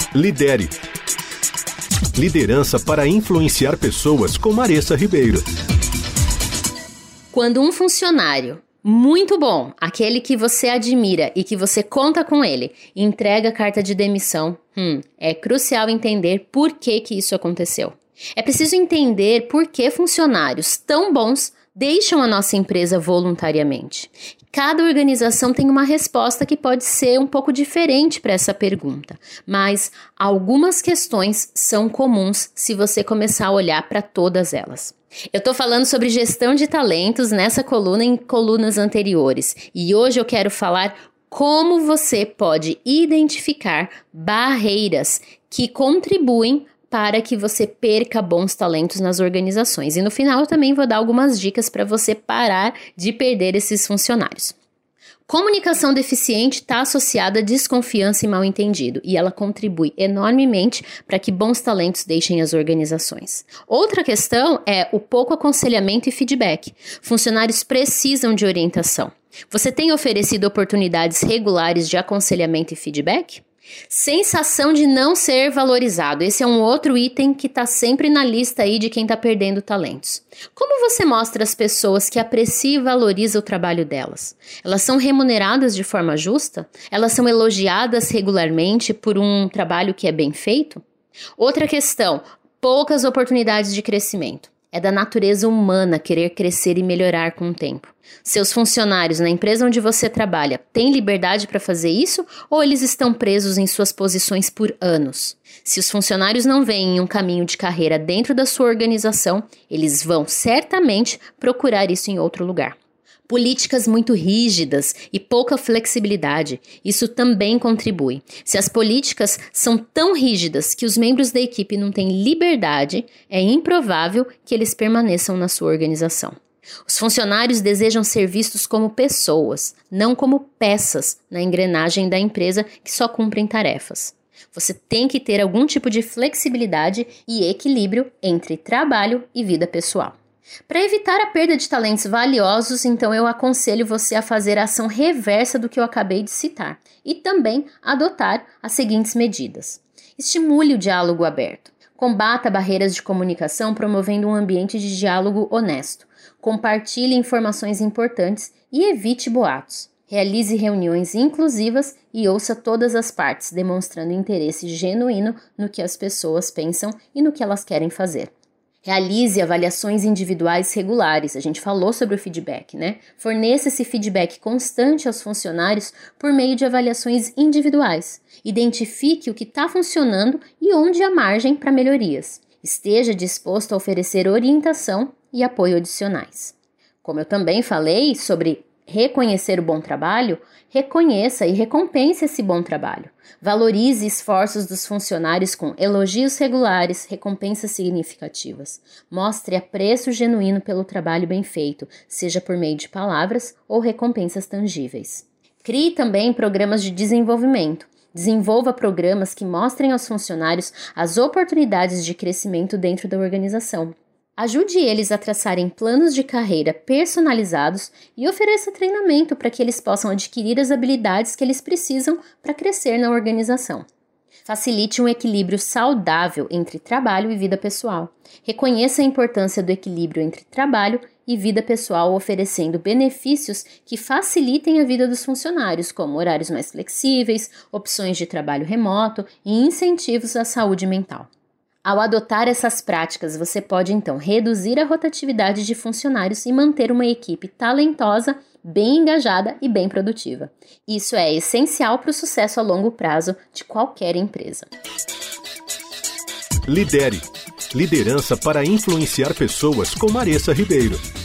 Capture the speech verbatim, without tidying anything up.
Lidere. Liderança para influenciar pessoas com Maressa Ribeiro. Quando um funcionário muito bom, aquele que você admira e que você conta com ele, entrega a carta de demissão, hum, é crucial entender por que que isso aconteceu. É preciso entender por que funcionários tão bons deixam a nossa empresa voluntariamente. Cada organização tem uma resposta que pode ser um pouco diferente para essa pergunta, mas algumas questões são comuns se você começar a olhar para todas elas. Eu estou falando sobre gestão de talentos nessa coluna e em colunas anteriores, e hoje eu quero falar como você pode identificar barreiras que contribuem para que você perca bons talentos nas organizações. E no final eu também vou dar algumas dicas para você parar de perder esses funcionários. Comunicação deficiente está associada a desconfiança e mal-entendido, e ela contribui enormemente para que bons talentos deixem as organizações. Outra questão é o pouco aconselhamento e feedback. Funcionários precisam de orientação. Você tem oferecido oportunidades regulares de aconselhamento e feedback? Sensação de não ser valorizado. Esse é um outro item que está sempre na lista aí de quem está perdendo talentos. Como você mostra às pessoas que aprecia e valoriza o trabalho delas? Elas são remuneradas de forma justa? Elas são elogiadas regularmente por um trabalho que é bem feito? Outra questão, poucas oportunidades de crescimento. É da natureza humana querer crescer e melhorar com o tempo. Seus funcionários na empresa onde você trabalha têm liberdade para fazer isso ou eles estão presos em suas posições por anos? Se os funcionários não veem um caminho de carreira dentro da sua organização, eles vão certamente procurar isso em outro lugar. Políticas muito rígidas e pouca flexibilidade, isso também contribui. Se as políticas são tão rígidas que os membros da equipe não têm liberdade, é improvável que eles permaneçam na sua organização. Os funcionários desejam ser vistos como pessoas, não como peças na engrenagem da empresa que só cumprem tarefas. Você tem que ter algum tipo de flexibilidade e equilíbrio entre trabalho e vida pessoal. Para evitar a perda de talentos valiosos, então eu aconselho você a fazer a ação reversa do que eu acabei de citar e também adotar as seguintes medidas. Estimule o diálogo aberto. Combata barreiras de comunicação promovendo um ambiente de diálogo honesto. Compartilhe informações importantes e evite boatos. Realize reuniões inclusivas e ouça todas as partes, demonstrando interesse genuíno no que as pessoas pensam e no que elas querem fazer. Realize avaliações individuais regulares, a gente falou sobre o feedback, né? Forneça esse feedback constante aos funcionários por meio de avaliações individuais. Identifique o que está funcionando e onde há margem para melhorias. Esteja disposto a oferecer orientação e apoio adicionais. Como eu também falei sobre reconhecer o bom trabalho, reconheça e recompense esse bom trabalho. Valorize esforços dos funcionários com elogios regulares, recompensas significativas. Mostre apreço genuíno pelo trabalho bem feito, seja por meio de palavras ou recompensas tangíveis. Crie também programas de desenvolvimento. Desenvolva programas que mostrem aos funcionários as oportunidades de crescimento dentro da organização. Ajude eles a traçarem planos de carreira personalizados e ofereça treinamento para que eles possam adquirir as habilidades que eles precisam para crescer na organização. Facilite um equilíbrio saudável entre trabalho e vida pessoal. Reconheça a importância do equilíbrio entre trabalho e vida pessoal, oferecendo benefícios que facilitem a vida dos funcionários, como horários mais flexíveis, opções de trabalho remoto e incentivos à saúde mental. Ao adotar essas práticas, você pode então reduzir a rotatividade de funcionários e manter uma equipe talentosa, bem engajada e bem produtiva. Isso é essencial para o sucesso a longo prazo de qualquer empresa. Lidere. Liderança para influenciar pessoas com Maressa Ribeiro.